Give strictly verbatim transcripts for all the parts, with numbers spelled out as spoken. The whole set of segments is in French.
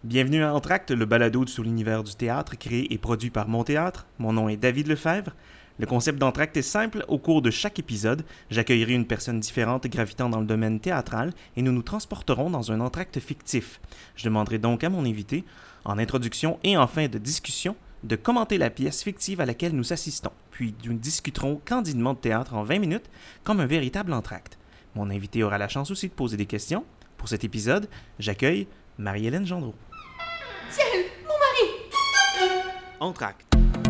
Bienvenue à Entracte, le balado sur l'univers du théâtre créé et produit par Mon Théâtre. Mon nom est David Lefebvre. Le concept d'Entracte est simple. Au cours de chaque épisode, j'accueillerai une personne différente gravitant dans le domaine théâtral et nous nous transporterons dans un entracte fictif. Je demanderai donc à mon invité, en introduction et en fin de discussion, de commenter la pièce fictive à laquelle nous assistons. Puis nous discuterons candidement de théâtre en vingt minutes, comme un véritable entracte. Mon invité aura la chance aussi de poser des questions. Pour cet épisode, j'accueille Marie-Hélène Gendreau. Ciel, mon mari! Entracte.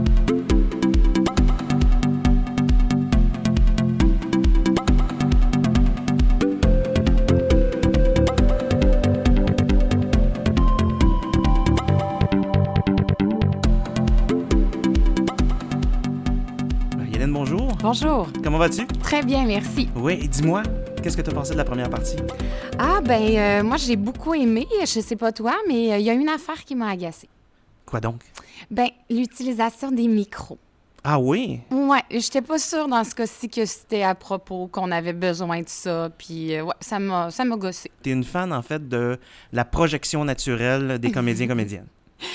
Marie-Hélène, bonjour. Bonjour. Comment vas-tu? Très bien, merci. Oui, dis-moi, qu'est-ce que tu as pensé de la première partie? Ah, ben, euh, moi, j'ai beaucoup aimé. Je sais pas toi, mais il euh, y a une affaire qui m'a agacée. Quoi donc? Ben, l'utilisation des micros. Ah oui? Ouais, j'étais pas sûre dans ce cas-ci que c'était à propos, qu'on avait besoin de ça. Puis, euh, ouais, ça m'a, ça m'a gossé. T'es une fan, en fait, de la projection naturelle des comédiens-comédiennes.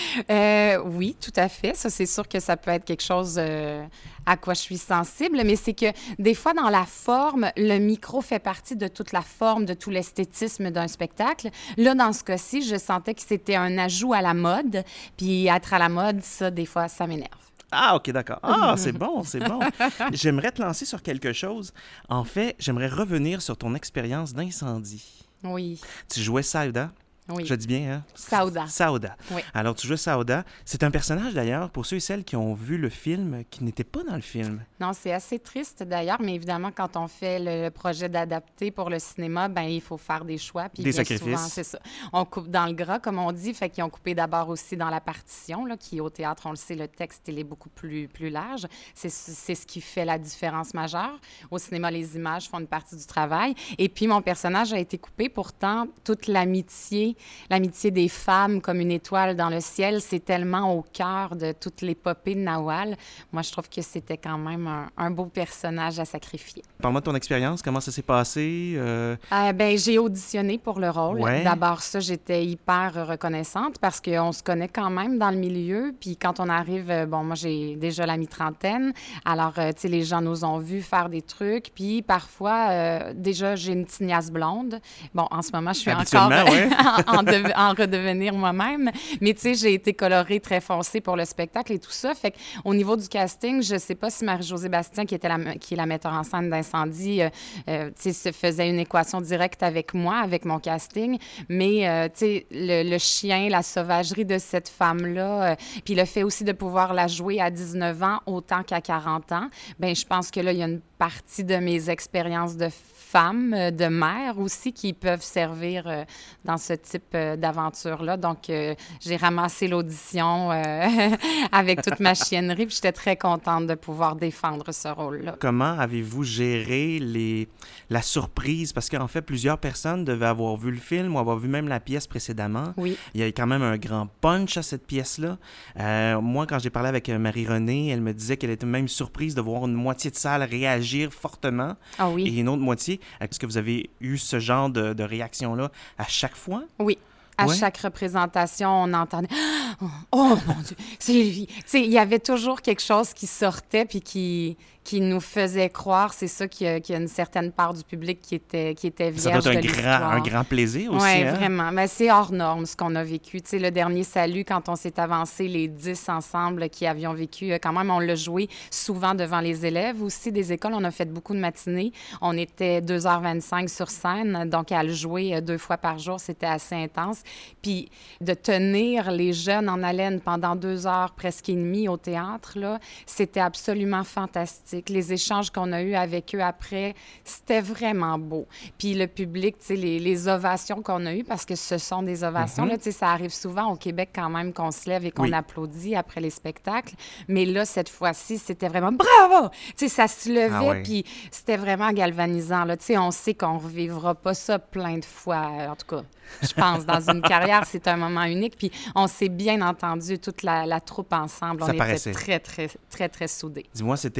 Euh, oui, tout à fait. Ça, c'est sûr que ça peut être quelque chose euh, à quoi je suis sensible, mais c'est que des fois, dans la forme, le micro fait partie de toute la forme, de tout l'esthétisme d'un spectacle. Là, dans ce cas-ci, je sentais que c'était un ajout à la mode, puis être à la mode, ça, des fois, ça m'énerve. Ah, OK, d'accord. Ah, c'est bon, c'est bon. J'aimerais te lancer sur quelque chose. En fait, j'aimerais revenir sur ton expérience d'incendie. Oui. Tu jouais Sauda. Oui. Je dis bien, hein? Sauda. Sauda. Oui. Alors, tu jouais Sauda. C'est un personnage, d'ailleurs, pour ceux et celles qui ont vu le film, qui n'était pas dans le film. Non, c'est assez triste, d'ailleurs, mais évidemment, quand on fait le projet d'adapter pour le cinéma, ben il faut faire des choix. Puis Des bien sacrifices. Souvent, c'est ça. On coupe dans le gras, comme on dit, fait qu'ils ont coupé d'abord aussi dans la partition, là, qui, au théâtre, on le sait, le texte, il est beaucoup plus, plus large. C'est, c'est ce qui fait la différence majeure. Au cinéma, les images font une partie du travail. Et puis, mon personnage a été coupé. Pourtant, toute l'amitié, l'amitié des femmes comme une étoile dans le ciel, c'est tellement au cœur de toute l'épopée de Nawal. Moi, je trouve que c'était quand même un, un beau personnage à sacrifier. Parle-moi de ton expérience. Comment ça s'est passé? Euh... Euh, ben, j'ai auditionné pour le rôle. Ouais. D'abord, ça, j'étais hyper reconnaissante parce qu'on se connaît quand même dans le milieu. Puis quand on arrive, euh, bon, moi, j'ai déjà la mi-trentaine. Alors, euh, tu sais, les gens nous ont vus faire des trucs. Puis parfois, euh, déjà, j'ai une tignasse blonde. Bon, en ce moment, je suis encore ouais. en, en, de, en redevenir moi-même. Mais tu sais, j'ai été colorée très foncée pour le spectacle et tout ça. Fait qu'au niveau du casting, je sais pas si Marie-Josée Bastien, qui, était la, qui est la metteur en scène d'Incendie, euh, euh, tu sais, se faisait une équation directe avec moi, avec mon casting. Mais, euh, tu sais, le, le chien, la sauvagerie de cette femme-là, euh, puis le fait aussi de pouvoir la jouer à dix-neuf ans autant qu'à quarante ans, bien, je pense que là, il y a une partie de mes expériences de femmes, de mères aussi, qui peuvent servir euh, dans ce type euh, d'aventure-là. Donc, euh, j'ai ramassé l'audition euh, avec toute ma chiennerie, puis j'étais très contente de pouvoir défendre ce rôle-là. Comment avez-vous géré les... la surprise? Parce qu'en fait, plusieurs personnes devaient avoir vu le film ou avoir vu même la pièce précédemment. Oui. Il y a quand même un grand punch à cette pièce-là. Euh, moi, quand j'ai parlé avec Marie-Renée, elle me disait qu'elle était même surprise de voir une moitié de salle réagir fortement. Ah oui. Et une autre moitié. Est-ce que vous avez eu ce genre de, de réaction-là à chaque fois? Oui. À ouais. chaque représentation, on entendait « Oh, mon Dieu, c'est lui! » Tu sais, il y avait toujours quelque chose qui sortait puis qui, qui nous faisait croire, c'est ça, qu'il y, a, qu'il y a une certaine part du public qui était, qui était vierge ça doit être de un l'histoire. grand, un grand plaisir aussi. Oui, hein? vraiment. Mais c'est hors norme, ce qu'on a vécu. Tu sais, le dernier salut, quand on s'est avancé, les dix ensemble qui avions vécu, quand même, on l'a joué souvent devant les élèves aussi des écoles. On a fait beaucoup de matinées. On était deux heures vingt-cinq sur scène, donc à le jouer deux fois par jour, c'était assez intense. Puis de tenir les jeunes en haleine pendant deux heures presque et demie au théâtre, là, c'était absolument fantastique. Les échanges qu'on a eus avec eux après, c'était vraiment beau. Puis le public, tu sais, les, les ovations qu'on a eues, parce que ce sont des ovations, mm-hmm. là, tu sais, ça arrive souvent au Québec quand même qu'on se lève et qu'on oui. applaudit après les spectacles. Mais là, cette fois-ci, c'était vraiment « bravo! » Tu sais, ça se levait, ah ouais. puis c'était vraiment galvanisant, là. Tu sais, on sait qu'on ne revivra pas ça plein de fois, en tout cas. Je pense, dans une carrière, c'est un moment unique. Puis on s'est bien entendu, toute la, la troupe ensemble. On Ça était paraissait. très, très, très, très soudés. Dis-moi, c'était pas ta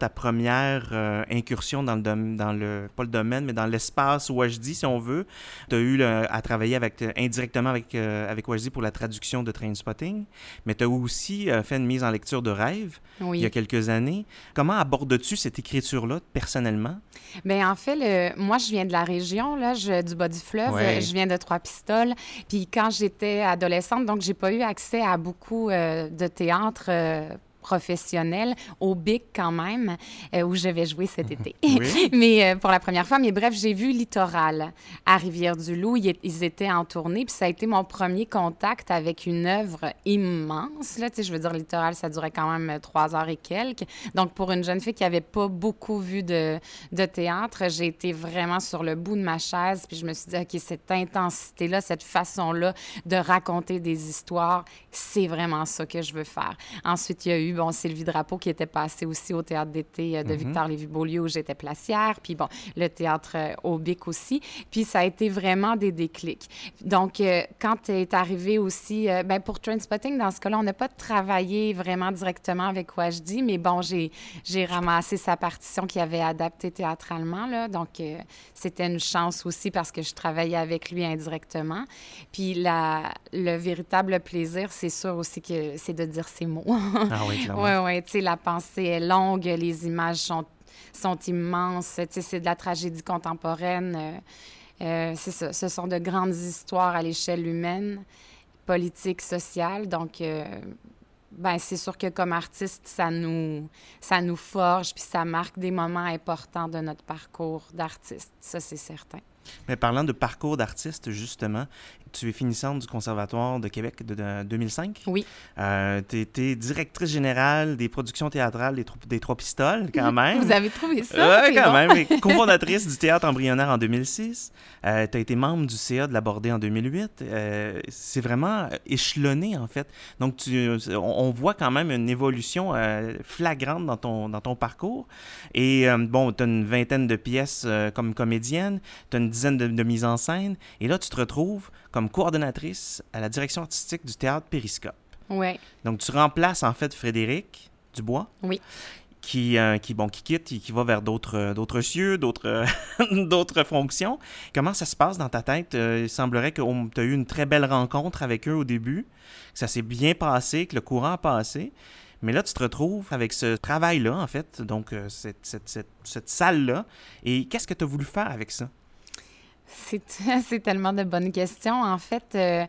ta première euh, incursion dans le, dom- dans le, pas le domaine, mais dans l'espace Wajdi, si on veut. Tu as eu le, à travailler avec, indirectement avec, euh, avec Wajdi pour la traduction de Trainspotting, mais tu as aussi euh, fait une mise en lecture de rêve Oui. il y a quelques années. Comment abordes-tu cette écriture-là, personnellement? Bien, en fait, le, moi, je viens de la région, là, je, du bas du fleuve. Ouais. Je viens de Trois-Pistoles. Puis quand j'étais adolescente, donc j'ai pas eu accès à beaucoup euh, de théâtre euh, professionnel, au Bic quand même, euh, où je vais jouer cet été. Oui. Mais euh, pour la première fois, mais bref, j'ai vu Littoral à Rivière-du-Loup. Ils, ils étaient en tournée, puis ça a été mon premier contact avec une œuvre immense. Là, tu sais, je veux dire, Littoral, ça durait quand même trois heures et quelques. Donc, pour une jeune fille qui avait pas beaucoup vu de, de théâtre, j'ai été vraiment sur le bout de ma chaise, puis je me suis dit, OK, cette intensité-là, cette façon-là de raconter des histoires, c'est vraiment ça que je veux faire. Ensuite, il y a eu bon, Sylvie Drapeau qui était passée aussi au Théâtre d'été euh, de mm-hmm. Victor Lévy-Beaulieu où j'étais placière, puis bon, le théâtre euh, au Bic aussi. Puis ça a été vraiment des déclics. Donc, euh, quand est arrivé aussi, euh, ben pour Trainspotting, dans ce cas-là, on n'a pas travaillé vraiment directement avec Wajdi, mais bon, j'ai, j'ai ramassé sa partition qu'il avait adaptée théâtralement, là. Donc, euh, c'était une chance aussi parce que je travaillais avec lui indirectement. Puis la, le véritable plaisir, c'est sûr aussi que c'est de dire ses mots. Ah oui, clairement. Oui, oui, tu sais, la pensée est longue, les images sont, sont immenses, tu sais, c'est de la tragédie contemporaine. Euh, euh, c'est ça, ce sont de grandes histoires à l'échelle humaine, politique, sociale. Donc, euh, ben c'est sûr que comme artiste, ça nous, ça nous forge, puis ça marque des moments importants de notre parcours d'artiste. Ça, c'est certain. Mais parlant de parcours d'artiste, justement, tu es finissante du Conservatoire de Québec de, de deux mille cinq. Oui. Euh, tu étais directrice générale des productions théâtrales des, des Trois-Pistoles, quand même. Vous avez trouvé ça? Oui, quand bon. même. Et cofondatrice du Théâtre embryonnaire en deux mille six. Euh, tu as été membre du C A de la Bordée en deux mille huit. Euh, c'est vraiment échelonné, en fait. Donc, tu, on, on voit quand même une évolution euh, flagrante dans ton, dans ton parcours. Et euh, bon, tu as une vingtaine de pièces euh, comme comédienne, tu as une dizaine de, de mises en scène. Et là, tu te retrouves comme coordonnatrice à la direction artistique du Théâtre Périscope. Oui. Donc, tu remplaces, en fait, Frédéric Dubois. Oui. Qui, euh, qui, bon, qui quitte et qui va vers d'autres, euh, d'autres cieux, d'autres, euh, d'autres fonctions. Comment ça se passe dans ta tête? Euh, il semblerait que oh, tu as eu une très belle rencontre avec eux au début, que ça s'est bien passé, que le courant a passé. Mais là, tu te retrouves avec ce travail-là, en fait, donc euh, cette, cette, cette, cette salle-là. Et qu'est-ce que tu as voulu faire avec ça? C'est, c'est tellement de bonnes questions. En fait, euh,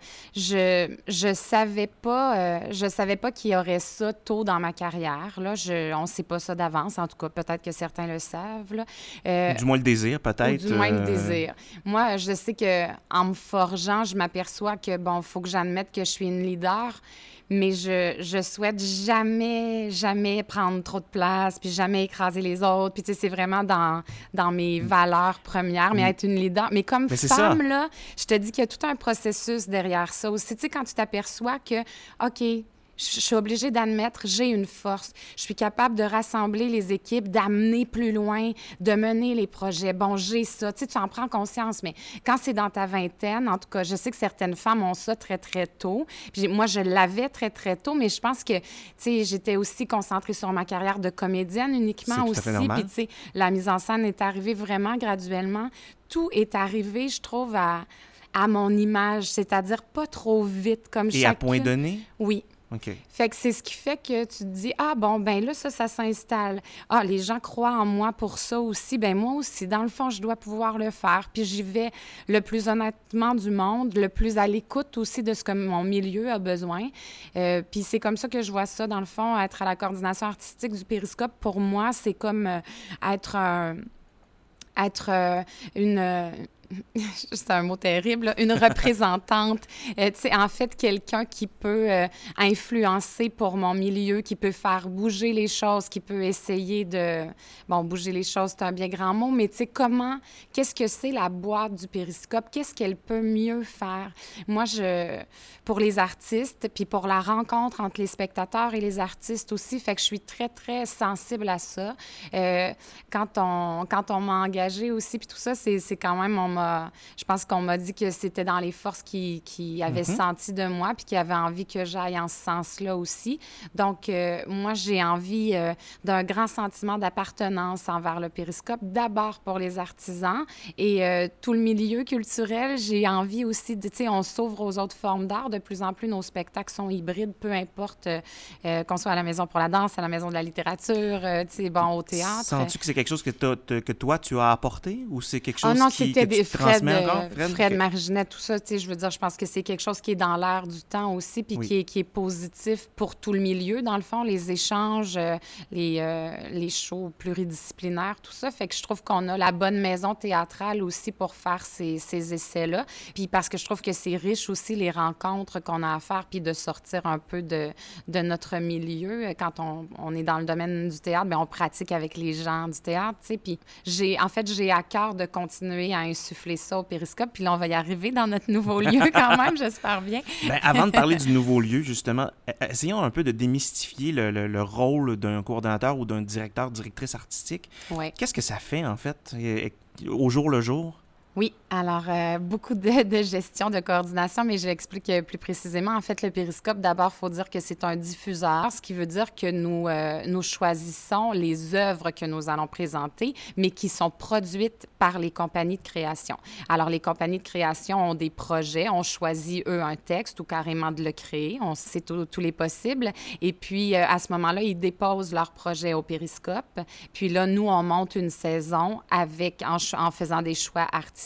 je je savais pas euh, je savais pas qu'il y aurait ça tôt dans ma carrière. Là. Je, on ne sait pas ça d'avance. En tout cas, peut-être que certains le savent. Là. Euh, du moins le désir, peut-être. Ou du moins euh... le désir. Moi, je sais qu'en me forgeant, je m'aperçois que, bon, il faut que j'admette que je suis une leader, mais je, je souhaite jamais, jamais prendre trop de place, puis jamais écraser les autres. Puis, tu sais, c'est vraiment dans, dans mes valeurs premières, mais être une leader. Mais comme mais femme, là, je te dis qu'il y a tout un processus derrière ça aussi. Tu sais, quand tu t'aperçois que, OK, je suis obligée d'admettre, j'ai une force. Je suis capable de rassembler les équipes, d'amener plus loin, de mener les projets. Bon, j'ai ça. Tu sais, tu en prends conscience, mais quand c'est dans ta vingtaine, en tout cas, je sais que certaines femmes ont ça très, très tôt. Puis moi, je l'avais très, très tôt, mais je pense que, tu sais, j'étais aussi concentrée sur ma carrière de comédienne uniquement aussi. Puis, tu sais, la mise en scène est arrivée vraiment graduellement. Tout est arrivé, je trouve, à, à mon image, c'est-à-dire pas trop vite, comme Et chacune. à point donné? Oui. OK. Fait que c'est ce qui fait que tu te dis, ah bon, ben là, ça, ça s'installe. Ah, les gens croient en moi pour ça aussi. Ben moi aussi, dans le fond, je dois pouvoir le faire. Puis j'y vais le plus honnêtement du monde, le plus à l'écoute aussi de ce que mon milieu a besoin. Euh, puis c'est comme ça que je vois ça, dans le fond, être à la coordination artistique du Périscope. Pour moi, c'est comme euh, être, euh, être euh, une... Euh, c'est un mot terrible, là, une représentante. Euh, tu sais, en fait, quelqu'un qui peut euh, influencer pour mon milieu, qui peut faire bouger les choses, qui peut essayer de... Bon, bouger les choses, c'est un bien grand mot, mais tu sais, comment... Qu'est-ce que c'est la boîte du Périscope? Qu'est-ce qu'elle peut mieux faire? Moi, je... Pour les artistes, puis pour la rencontre entre les spectateurs et les artistes aussi, fait que je suis très, très sensible à ça. Euh, quand on, quand on m'a engagée aussi, puis tout ça, c'est, c'est quand même... On m'a, je pense qu'on m'a dit que c'était dans les forces qu'ils qui avaient mm-hmm. senti de moi, puis qu'ils avaient envie que j'aille en ce sens-là aussi. Donc, euh, moi, j'ai envie euh, d'un grand sentiment d'appartenance envers le Périscope, d'abord pour les artisans et euh, tout le milieu culturel. J'ai envie aussi, de, tu sais, on s'ouvre aux autres formes d'art. De plus en plus, nos spectacles sont hybrides, peu importe euh, euh, qu'on soit à la Maison pour la danse, à la Maison de la littérature, euh, tu sais, bon, au théâtre. Sens-tu que c'est quelque chose que, que toi, tu as apporté ou c'est quelque chose oh non, qui, c'était que tu des te transmets encore? Fred, Fred Mariginette, tout ça, tu sais, je veux dire, je pense que c'est quelque chose qui est dans l'air du temps aussi, puis oui. qui, est, qui est positif pour tout le milieu, dans le fond, les échanges, euh, les, euh, les shows pluridisciplinaires, tout ça. Fait que je trouve qu'on a la bonne maison théâtrale aussi pour faire ces, ces essais-là. Puis parce que je trouve que c'est riche aussi, les rencontres qu'on a à faire, puis de sortir un peu de, de notre milieu. Quand on, on est dans le domaine du théâtre, bien, on pratique avec les gens du théâtre, tu sais. Puis j'ai, en fait, j'ai à cœur de continuer à insuffler ça au Périscope. Puis là, on va y arriver dans notre nouveau lieu quand même, j'espère bien. Bien, avant de parler du nouveau lieu, justement, essayons un peu de démystifier le, le, le rôle d'un coordonnateur ou d'un directeur, directrice artistique. Ouais. Qu'est-ce que ça fait, en fait, au jour le jour? Oui, alors euh, beaucoup de, de gestion, de coordination, mais je l'explique plus précisément. En fait, le Périscope, d'abord, il faut dire que c'est un diffuseur, ce qui veut dire que nous, euh, nous choisissons les œuvres que nous allons présenter, mais qui sont produites par les compagnies de création. Alors, les compagnies de création ont des projets, on choisit, eux, un texte ou carrément de le créer, on sait tous les possibles, et puis, euh, à ce moment-là, ils déposent leur projet au Périscope, puis là, nous, on monte une saison avec, en, en faisant des choix artistiques.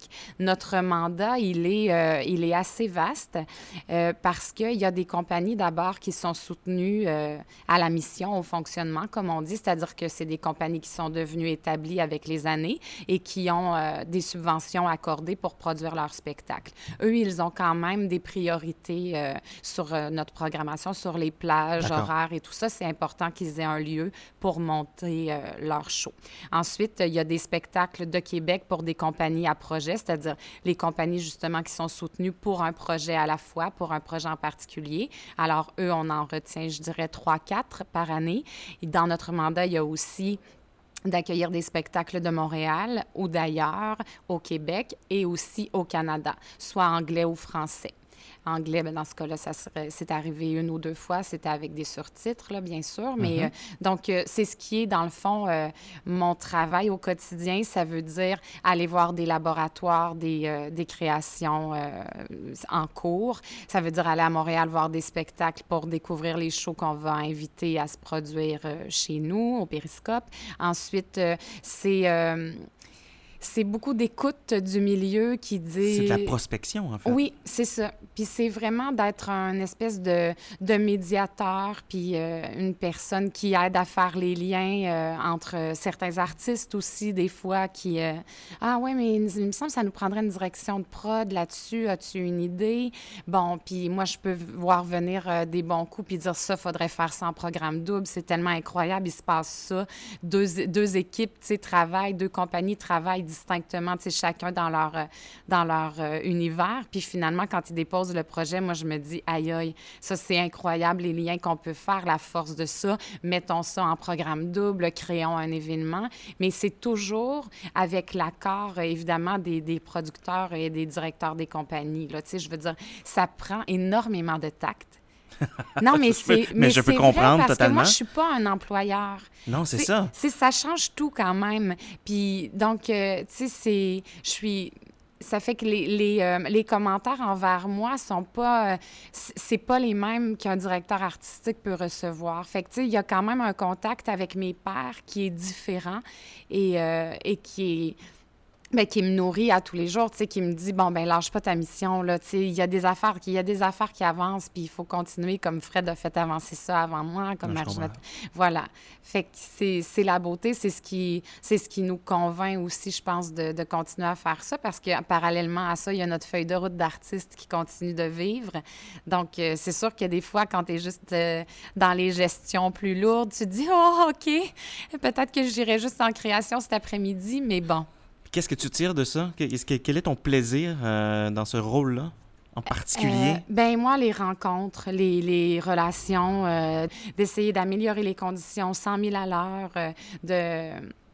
Notre mandat, il est, euh, il est assez vaste euh, parce qu'il y a des compagnies d'abord qui sont soutenues euh, à la mission, au fonctionnement, comme on dit, c'est-à-dire que c'est des compagnies qui sont devenues établies avec les années et qui ont euh, des subventions accordées pour produire leur spectacle. Eux, ils ont quand même des priorités euh, sur euh, notre programmation, sur les plages, D'accord. horaires et tout ça. C'est important qu'ils aient un lieu pour monter euh, leur show. Ensuite, il y a des spectacles de Québec pour des compagnies à projet, c'est-à-dire les compagnies justement qui sont soutenues pour un projet à la fois, pour un projet en particulier. Alors, eux, on en retient, je dirais, trois, quatre par année. Et dans notre mandat, il y a aussi d'accueillir des spectacles de Montréal ou d'ailleurs, au Québec et aussi au Canada, soit anglais ou français. Anglais, bien, dans ce cas-là, ça serait, c'est arrivé une ou deux fois, c'était avec des surtitres, là, bien sûr. Mais mm-hmm. euh, donc, euh, c'est ce qui est, dans le fond, euh, mon travail au quotidien. Ça veut dire aller voir des laboratoires, des, euh, des créations euh, en cours. Ça veut dire aller à Montréal voir des spectacles pour découvrir les shows qu'on va inviter à se produire euh, chez nous, au Périscope. Ensuite, euh, c'est... Euh, C'est beaucoup d'écoute du milieu qui dit... C'est de la prospection, en fait. Oui, c'est ça. Puis c'est vraiment d'être un espèce de, de médiateur, puis euh, une personne qui aide à faire les liens euh, entre certains artistes aussi, des fois, qui... Euh, ah ouais, mais il me semble que ça nous prendrait une direction de prod là-dessus. As-tu une idée? Bon, puis moi, je peux voir venir euh, des bons coups puis dire ça, faudrait faire ça en programme double. C'est tellement incroyable, il se passe ça. Deux, deux équipes, tu sais, travaillent, deux compagnies travaillent distinctement, tu sais, chacun dans leur, euh, dans leur euh, univers. Puis finalement, quand ils déposent le projet, moi, je me dis, aïe, aïe, ça, c'est incroyable, les liens qu'on peut faire, la force de ça. Mettons ça en programme double, créons un événement. Mais c'est toujours avec l'accord, euh, évidemment, des, des producteurs et des directeurs des compagnies. Là, tu sais, je veux dire, ça prend énormément de tact. Non, mais c'est mais, mais je peux c'est comprendre vrai parce totalement. Que moi, je suis pas un employeur. Non, c'est, c'est ça. C'est ça change tout quand même. Puis donc, euh, tu sais, c'est, je suis. Ça fait que les, les, euh, les commentaires envers moi sont pas... Euh, c'est pas les mêmes qu'un directeur artistique peut recevoir. Fait que, tu sais, il y a quand même un contact avec mes pairs qui est différent et, euh, et qui est... Bien, qui me nourrit à tous les jours, tu sais, qui me dit, bon, ben lâche pas ta mission, là, tu sais, il y a des affaires, il y a des affaires qui avancent, puis il faut continuer, comme Fred a fait avancer ça avant moi, comme Mariginette. Voilà. Fait que c'est, c'est la beauté, c'est ce qui, c'est ce qui nous convainc aussi, je pense, de, de continuer à faire ça, parce que parallèlement à ça, il y a notre feuille de route d'artiste qui continue de vivre. Donc, euh, c'est sûr que des fois, quand tu es juste euh, dans les gestions plus lourdes, tu te dis, oh, OK, peut-être que j'irai juste en création cet après-midi, mais bon. Qu'est-ce que tu tires de ça? Quel est ton plaisir euh, dans ce rôle-là, en particulier? Euh, ben moi, les rencontres, les, les relations, euh, d'essayer d'améliorer les conditions cent mille à l'heure, euh, de...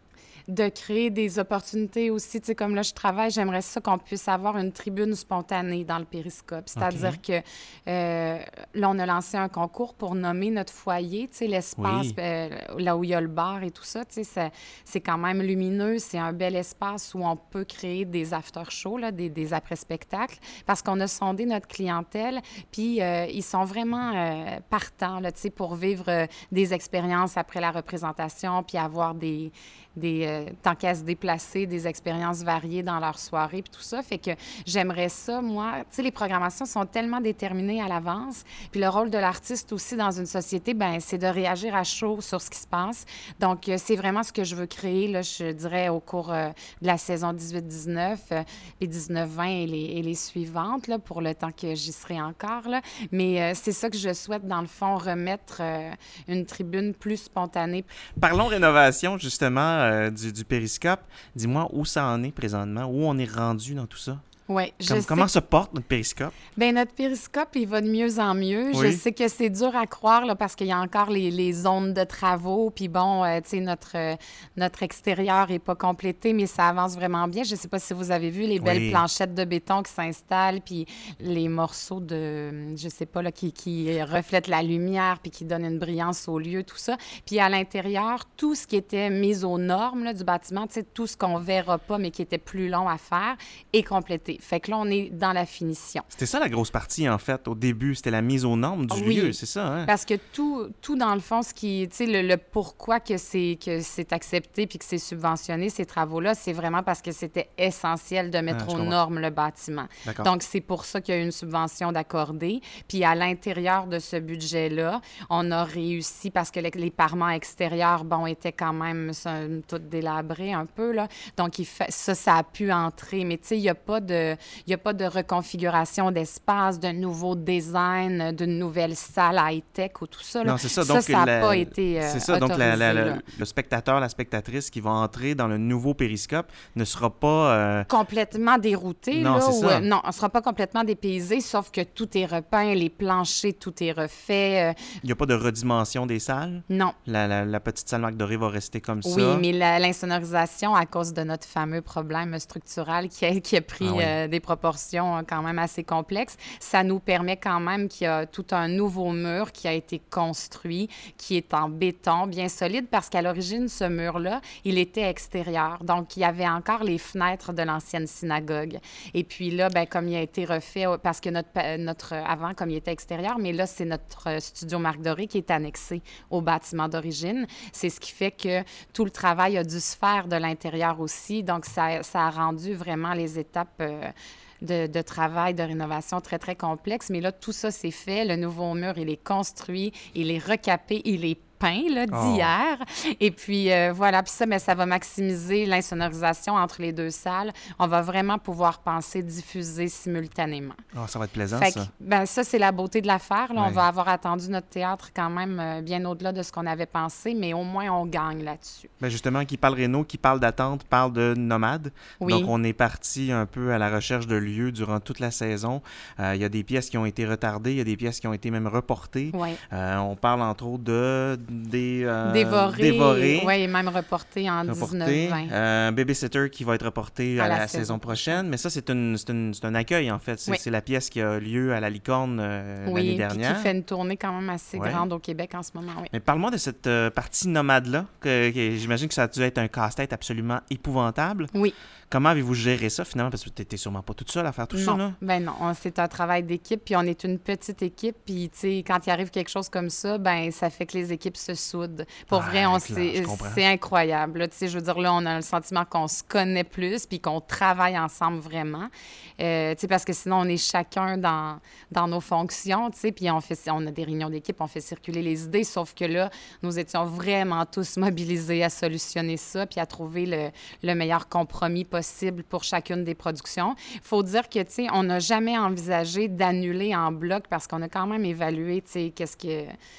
de créer des opportunités aussi. Tu sais, comme là, je travaille, j'aimerais ça qu'on puisse avoir une tribune spontanée dans le périscope. C'est-à-dire OK. que euh, là, on a lancé un concours pour nommer notre foyer, tu sais, l'espace Oui. euh, là où il y a le bar et tout ça. Tu sais, c'est, c'est quand même lumineux. C'est un bel espace où on peut créer des after-shows, là, des, des après-spectacles, parce qu'on a sondé notre clientèle, puis euh, ils sont vraiment euh, partants, là, tu sais, pour vivre euh, des expériences après la représentation, puis avoir des, des euh, tant qu'à se déplacer, des expériences variées dans leur soirée, puis tout ça. Fait que j'aimerais ça, moi, tu sais, les programmations sont tellement déterminées à l'avance, puis le rôle de l'artiste aussi dans une société, ben c'est de réagir à chaud sur ce qui se passe. Donc, euh, c'est vraiment ce que je veux créer, là, je dirais, au cours euh, de la saison dix-huit dix-neuf, euh, et dix-neuf vingt et les, et les suivantes, là, pour le temps que j'y serai encore, là. Mais euh, c'est ça que je souhaite, dans le fond, remettre euh, une tribune plus spontanée. Parlons rénovation, justement, euh, du, du périscope. Dis-moi où ça en est présentement, où on est rendu dans tout ça. Oui, je Comme- sais. comment se porte notre périscope? Bien, notre périscope, il va de mieux en mieux. Oui. Je sais que c'est dur à croire là, parce qu'il y a encore les, les zones de travaux. Puis bon, euh, tu sais, notre, euh, notre extérieur n'est pas complété, mais ça avance vraiment bien. Je ne sais pas si vous avez vu les belles Oui. planchettes de béton qui s'installent, puis les morceaux de, je sais pas, là, qui, qui reflètent la lumière, puis qui donnent une brillance au lieu, tout ça. Puis à l'intérieur, tout ce qui était mis aux normes là, du bâtiment, tu sais, tout ce qu'on ne verra pas, mais qui était plus long à faire, est complété. Fait que là, on est dans la finition. C'était ça la grosse partie, en fait, au début. C'était la mise aux normes du Oui. lieu, c'est ça, hein? Parce que tout, tout dans le fond, ce qui, tu sais, le, le pourquoi que c'est, que c'est accepté puis que c'est subventionné, ces travaux-là, c'est vraiment parce que c'était essentiel de mettre Ah, je aux comprends. normes le bâtiment. D'accord. Donc, c'est pour ça qu'il y a eu une subvention d'accordée. Puis, à l'intérieur de ce budget-là, on a réussi, parce que les, les parements extérieurs, bon, étaient quand même somme toute délabrés un peu, là. Donc, il fait, ça, ça a pu entrer. Mais, tu sais, il n'y a pas de... Il n'y a pas de reconfiguration d'espace, de nouveau design, d'une nouvelle salle high-tech ou tout ça. Là. Non, c'est ça. Ça, Donc, ça n'a la- pas été euh, C'est ça. Donc, la- la- la- autorisé, là. le spectateur, la spectatrice qui va entrer dans le nouveau périscope ne sera pas... euh, Complètement dérouté. Non, là, c'est ou, ça. euh, non, on ne sera pas complètement dépaysé, sauf que tout est repeint, les planchers, tout est refait. euh, Il n'y a pas de redimension des salles. non. La, la- la petite salle Marc Doré va rester comme Oui, ça. mais la- l'insonorisation, à cause de notre fameux problème structural qui a, qui a pris Ah oui. euh, des proportions euh, quand même assez complexes, ça nous permet quand même qu'il y a tout un nouveau mur qui a été construit, qui est en béton, bien solide, parce qu'à l'origine, ce mur-là, il était extérieur. Donc, il y avait encore les fenêtres de l'ancienne synagogue. Et puis là, ben, comme il a été refait, euh, parce que notre, pa- notre euh, avant, comme il était extérieur, mais là, c'est notre euh, studio Marc Doré qui est annexé au bâtiment d'origine. C'est ce qui fait que tout le travail a dû se faire de l'intérieur aussi. Donc, ça, ça a rendu vraiment les étapes euh, de, de travail, de rénovation très, très complexes. Mais là, tout ça, c'est fait. Le nouveau mur, il est construit, il est recapé, il est peint là, d'hier. Et puis, euh, voilà. Puis ça, mais ça va maximiser l'insonorisation entre les deux salles. On va vraiment pouvoir penser diffuser simultanément. Ah, ça va être plaisant, Fait que, ça. ben, ça, c'est la beauté de l'affaire. Là. On Ouais. va avoir attendu notre théâtre quand même euh, bien au-delà de ce qu'on avait pensé, mais au moins, on gagne là-dessus. Ben justement, qui parle réno, qui parle d'attente, parle de nomade. Oui. Donc, on est parti un peu à la recherche de lieux durant toute la saison. Euh, Il y a des pièces qui ont été retardées, il y a des pièces qui ont été même reportées. Oui. Euh, on parle entre autres de des euh, Dévoré. dévorés, Oui, et même reporté en reportés. dix-neuf vingt. Euh, Babysitter qui va être reporté à, À la, la saison, saison prochaine. Mais ça, c'est une, c'est une- c'est un accueil, en fait. C'est Oui. c'est la pièce qui a lieu à la Licorne euh, l'année Oui, puis dernière. qui fait une tournée quand même assez Ouais. grande au Québec en ce moment, oui. Mais parle-moi de cette euh, partie nomade-là. que- que J'imagine que ça a dû être un casse-tête absolument épouvantable. Oui. Comment avez-vous géré ça, finalement? Parce que tu n'étais sûrement pas toute seule à faire tout ça, Non, là. ben non, on- c'est un travail d'équipe, puis on est une petite équipe, puis tu sais, quand il arrive quelque chose comme ça, ben ça fait que les équipes se soudent. Pour Ouais, vrai, on clair, s'est- je comprends. c'est incroyable. là. Tu sais, je veux dire, là, on a le sentiment qu'on se connaît plus, puis qu'on travaille ensemble vraiment. Euh, tu sais, parce que sinon, on est chacun dans, dans nos fonctions, tu sais, puis on, fait, on a des réunions d'équipe, on fait circuler les idées, sauf que là, nous étions vraiment tous mobilisés à solutionner ça, puis à trouver le, le meilleur compromis possible pour chacune des productions. Il faut dire que, tu sais, on n'a jamais envisagé d'annuler en bloc parce qu'on a quand même évalué, tu sais, qu'est-ce que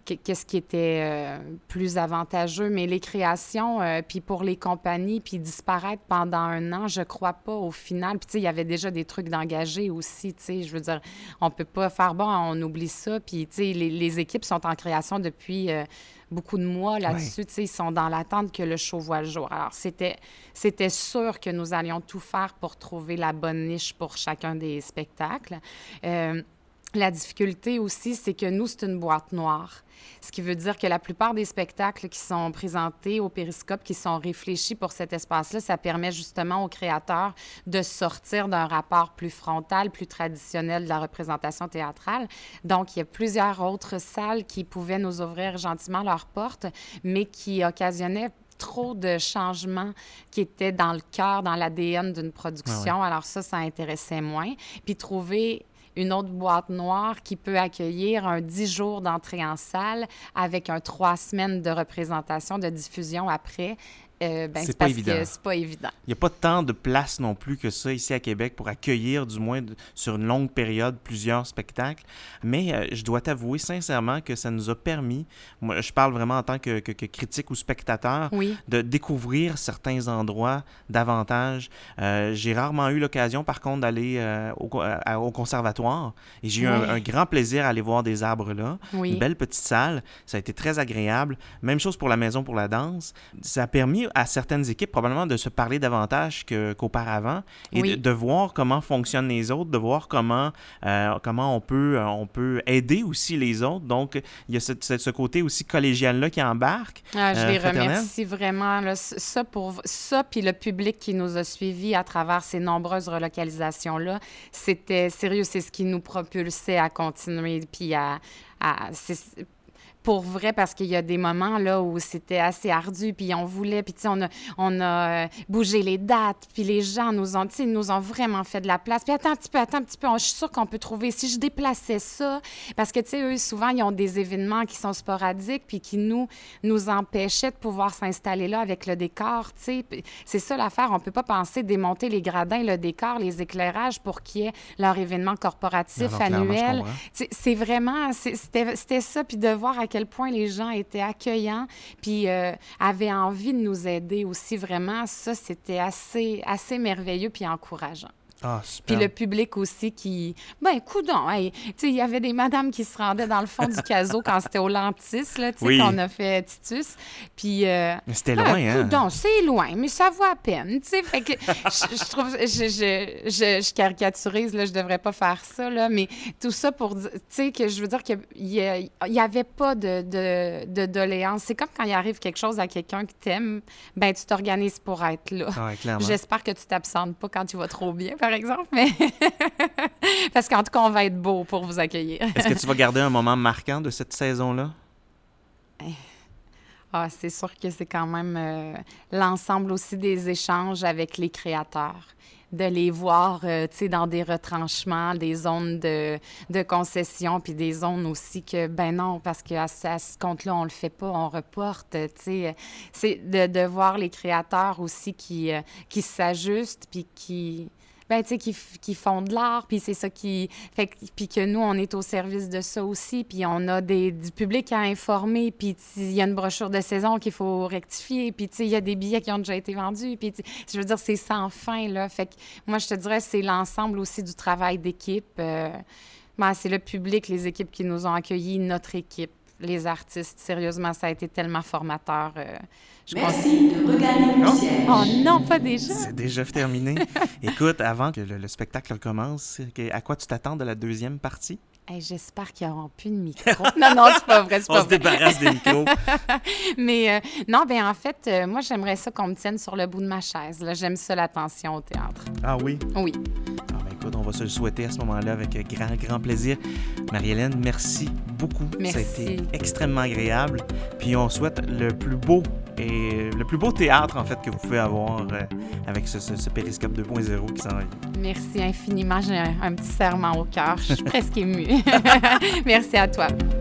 qu'est-ce qui était euh, plus avantageux. Mais les créations, euh, puis pour les compagnies, puis disparaître pendant un an, je crois pas au final. Puis tu sais, il y avait déjà des trucs d'engagés aussi, tu sais, je veux dire, on peut pas faire, bon, on oublie ça. Puis tu sais, les, les équipes sont en création depuis euh, beaucoup de mois là-dessus, Ouais. tu sais, ils sont dans l'attente que le show voit le jour. Alors, c'était, c'était sûr que nous allions tout faire pour trouver la bonne niche pour chacun des spectacles. Euh, La difficulté aussi, c'est que nous, c'est une boîte noire. Ce qui veut dire que la plupart des spectacles qui sont présentés au Périscope, qui sont réfléchis pour cet espace-là, ça permet justement aux créateurs de sortir d'un rapport plus frontal, plus traditionnel de la représentation théâtrale. Donc, il y a plusieurs autres salles qui pouvaient nous ouvrir gentiment leurs portes, mais qui occasionnaient trop de changements qui étaient dans le cœur, dans l'A D N d'une production. Ah ouais. Alors ça, ça intéressait moins. Puis trouver une autre boîte noire qui peut accueillir un dix jours d'entrée en salle avec un trois semaines de représentation, de diffusion après. Euh, ben, C'est c'est pas parce évident. que c'est pas évident. Il n'y a pas tant de place non plus que ça ici à Québec pour accueillir, du moins de- sur une longue période, plusieurs spectacles. Mais euh, je dois t'avouer sincèrement que ça nous a permis, moi je parle vraiment en tant que, que- que critique ou spectateur, Oui. de découvrir certains endroits davantage. Euh, j'ai rarement eu l'occasion, par contre, d'aller euh, au, co- à- au conservatoire. Et j'ai eu un, Ouais. un grand plaisir à aller voir des arbres là. Oui. Une belle petite salle. Ça a été très agréable. Même chose pour la Maison pour la danse. Ça a permis à certaines équipes probablement de se parler davantage que, qu'auparavant et Oui. de, de voir comment fonctionnent les autres, de voir comment, euh, comment on, peut, euh, on peut aider aussi les autres. Donc, il y a ce, ce, ce côté aussi collégial-là qui embarque. Ah, je euh, les fraternel. remercie vraiment. Là, C- ça, pour ça, puis le public qui nous a suivis à travers ces nombreuses relocalisations-là, c'était sérieux, c'est ce qui nous propulsait à continuer, puis à... à c'est- pour vrai, parce qu'il y a des moments là où c'était assez ardu, puis on voulait, puis tu sais, on a, on a euh, bougé les dates, puis les gens nous ont, tu sais, nous ont vraiment fait de la place. Puis attends un petit peu, attends un petit peu, on- je suis sûre qu'on peut trouver, si je déplaçais ça, parce que tu sais, eux, souvent, ils ont des événements qui sont sporadiques, puis qui nous, nous empêchaient de pouvoir s'installer là avec le décor, tu sais. Puis c'est ça l'affaire, on peut pas penser démonter les gradins, le décor, les éclairages pour qu'il y ait leur événement corporatif Alors, clairement, je annuel. comprends. C'est c'est vraiment, c'est- c'était c'était ça, puis de voir à quel point les gens étaient accueillants, puis euh, avaient envie de nous aider aussi, vraiment, ça, c'était assez, assez merveilleux puis encourageant. Ah, Puis super. le public aussi qui... Ben, coudonc, hey, tu sais, il y avait des madames qui se rendaient dans le fond du caso quand c'était au Lentis, là, tu sais, Oui. qu'on a fait Titus. Puis... euh, Mais c'était ah, loin, hein? coudonc, c'est loin, mais ça vaut à peine, tu sais. Fait que je, je trouve... Je, je, je, je caricaturise, là, je devrais pas faire ça, là, mais tout ça pour dire, tu sais, que je veux dire qu'il y, y avait pas de, de, de doléances. C'est comme quand il arrive quelque chose à quelqu'un que t'aimes, ben tu t'organises pour être là. Ah ouais, clairement. J'espère que tu t'absentes pas quand tu vas trop bien, par exemple, mais parce qu'en tout cas, on va être beau pour vous accueillir. Est-ce que tu vas garder un moment marquant de cette saison-là? Ah, c'est sûr que c'est quand même euh, l'ensemble aussi des échanges avec les créateurs. De les voir, euh, tu sais, dans des retranchements, des zones de, de concession, puis des zones aussi que, ben non, parce qu'à ce, à ce compte-là, on le fait pas, on reporte, tu sais. C'est de, de voir les créateurs aussi qui, euh, qui s'ajustent, puis qui... Ben, tu sais, qui, f- qui font de l'art, puis c'est ça qui... Fait que- puis que nous, on est au service de ça aussi, puis on a des, du public à informer, puis tu- il y a une brochure de saison qu'il faut rectifier, puis tu sais, il y a des billets qui ont déjà été vendus, puis tu- je veux dire, c'est sans fin, là. Fait que moi, je te dirais, c'est l'ensemble aussi du travail d'équipe. Euh, ben, c'est le public, les équipes qui nous ont accueillis, notre équipe, les artistes. Sérieusement, ça a été tellement formateur. euh, je Merci de regagner le Oh. siège. Oh non, pas déjà! C'est déjà terminé. Écoute, avant que le, le spectacle commence, que- à quoi tu t'attends de la deuxième partie? Hey, j'espère qu'ils n'auront plus de micro. Non, non, c'est pas vrai, c'est On pas se vrai. débarrasse des micros. Mais euh, non, ben en fait, euh, moi, j'aimerais ça qu'on me tienne sur le bout de ma chaise. Là. J'aime ça, l'attention au théâtre. Ah oui? Oui. Ah ben écoute, on va se le souhaiter à ce moment-là avec grand, grand plaisir. Marie-Hélène, merci beaucoup. Ça a Merci. été extrêmement agréable. Puis on souhaite le plus beau et le plus beau théâtre, en fait, que vous pouvez avoir euh, avec ce, ce, ce Périscope deux point zéro qui s'en vient. Merci infiniment. J'ai un, un petit serrement au cœur. Je suis presque émue. Merci à toi.